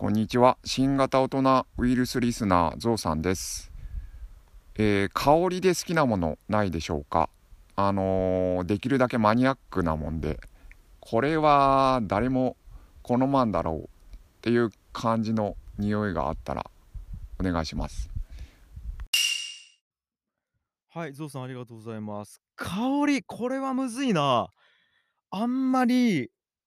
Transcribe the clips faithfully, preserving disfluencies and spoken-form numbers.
こんにちは。新型大人ウイルスリスナーゾウさんです。えー香りで好きなものないでしょうか？あのーできるだけマニアックなもんで、これは誰も好まんだろうっていう感じの匂いがあったらお願いします。 はい、ゾウさんありがとうございます。香り、これはむずいな。あんまり、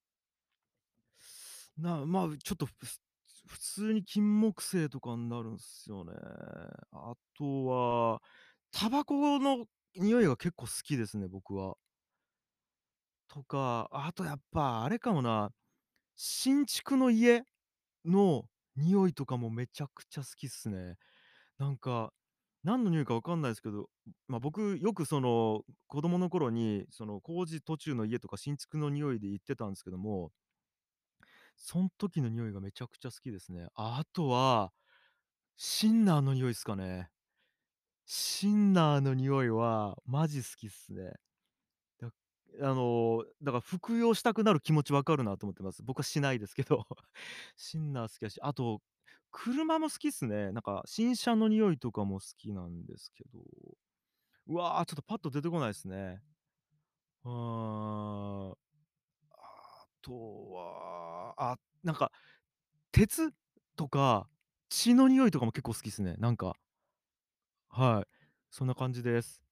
なまあ、ちょっと、ふ普通に金木犀とかになるんすよね。あとは、タバコの匂いが結構好きですね、僕は。とか、あとやっぱあれかもな、新築の家の匂いとかもめちゃくちゃ好きっすね。なんか、何の匂いか分かんないですけど、ま、僕よくその、子供の頃に、その工事途中の家とか新築の匂いで行ってたんですけども、そん時の匂いがめちゃくちゃ好きですね。あとは、シンナーの匂いっすかね。シンナーの匂いはマジ好きっすね。だあの、だから服用したくなる気持ち分かるなと思ってます。僕はしないですけど。シンナー好きだし、あと、車も好きっすね。なんか新車の匂いとかも好きなんですけど。うわ、ちょっとパッと出てこないですね。ああ、あとは、あ、なんか、鉄とか血の匂いとかも結構好きっすね。なんか、はい、そんな感じです。